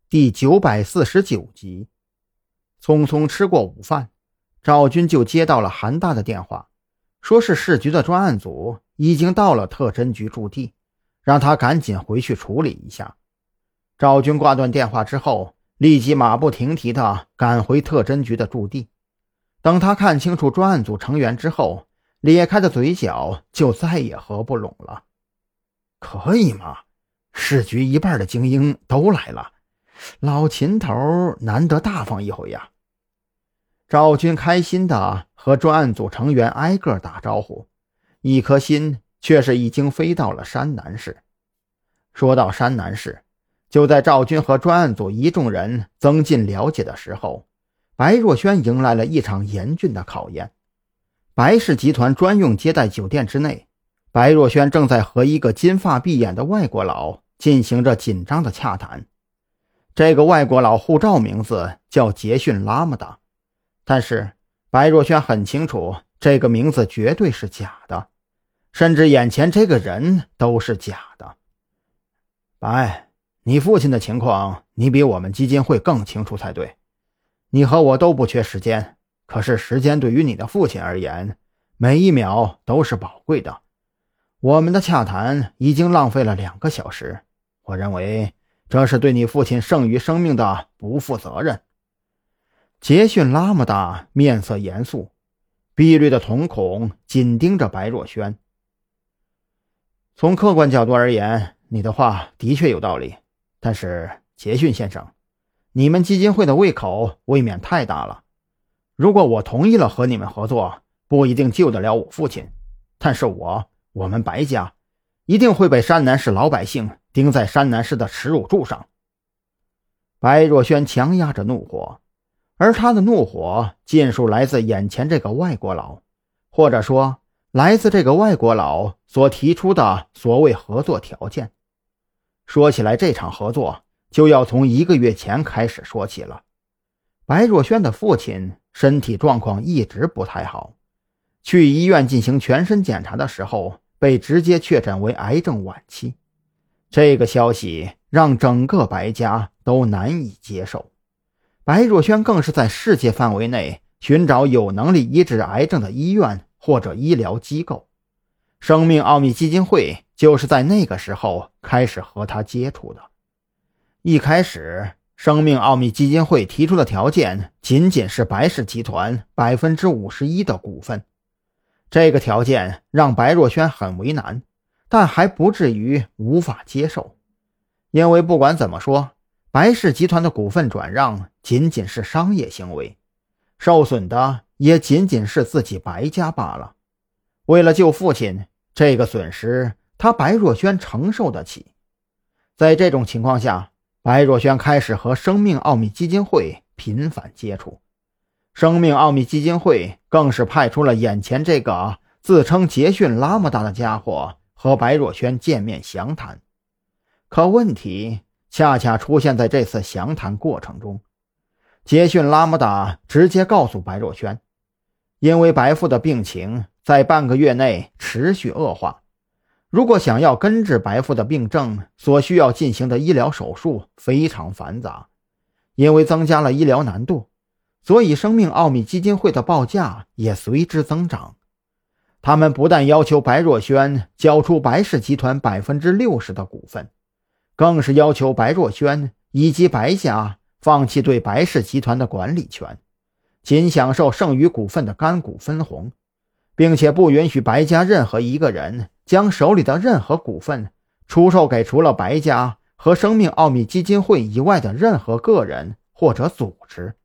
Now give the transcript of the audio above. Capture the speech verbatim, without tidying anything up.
第九百四十九集。匆匆吃过午饭，赵军就接到了韩大的电话，说是市局的专案组已经到了特侦局驻地，让他赶紧回去处理一下。赵军挂断电话之后，立即马不停蹄地赶回特侦局的驻地。等他看清楚专案组成员之后，咧开的嘴角就再也合不拢了。可以吗？市局一半的精英都来了，老秦头难得大方一回呀。赵军开心地和专案组成员挨个打招呼，一颗心却是已经飞到了山南市。说到山南市，就在赵军和专案组一众人增进了解的时候，白若萱迎来了一场严峻的考验。白氏集团专用接待酒店之内，白若萱正在和一个金发碧眼的外国佬进行着紧张的洽谈。这个外国佬护照名字叫杰逊·拉姆达，但是白若萱很清楚这个名字绝对是假的，甚至眼前这个人都是假的。白，你父亲的情况你比我们基金会更清楚才对。你和我都不缺时间，可是时间对于你的父亲而言，每一秒都是宝贵的。我们的洽谈已经浪费了两个小时，我认为这是对你父亲剩余生命的不负责任。杰逊·拉姆达面色严肃，碧绿的瞳孔紧盯着白若萱。从客观角度而言，你的话的确有道理，但是杰逊先生，你们基金会的胃口未免太大了。如果我同意了和你们合作，不一定救得了我父亲，但是我我们白家一定会被山南市老百姓钉在山南市的耻辱柱上。白若萱强压着怒火，而她的怒火尽数来自眼前这个外国佬，或者说来自这个外国佬所提出的所谓合作条件。说起来，这场合作就要从一个月前开始说起了。白若萱的父亲身体状况一直不太好，去医院进行全身检查的时候被直接确诊为癌症晚期。这个消息让整个白家都难以接受，白若萱更是在世界范围内寻找有能力医治癌症的医院或者医疗机构。生命奥秘基金会就是在那个时候开始和他接触的。一开始，生命奥秘基金会提出的条件仅仅是白氏集团 百分之五十一 的股份。这个条件让白若萱很为难，但还不至于无法接受。因为不管怎么说，白氏集团的股份转让仅仅是商业行为，受损的也仅仅是自己白家罢了。为了救父亲，这个损失他白若萱承受得起。在这种情况下，白若萱开始和生命奥秘基金会频繁接触。生命奥秘基金会更是派出了眼前这个自称杰逊·拉姆达的家伙和白若萱见面详谈。可问题恰恰出现在这次详谈过程中。杰逊·拉姆达直接告诉白若萱，因为白父的病情在半个月内持续恶化，如果想要根治白父的病症，所需要进行的医疗手术非常繁杂，因为增加了医疗难度，所以生命奥秘基金会的报价也随之增长。他们不但要求白若萱交出白氏集团 百分之六十 的股份，更是要求白若萱以及白家放弃对白氏集团的管理权，仅享受剩余股份的干股分红，并且不允许白家任何一个人将手里的任何股份出售给除了白家和生命奥秘基金会以外的任何个人或者组织。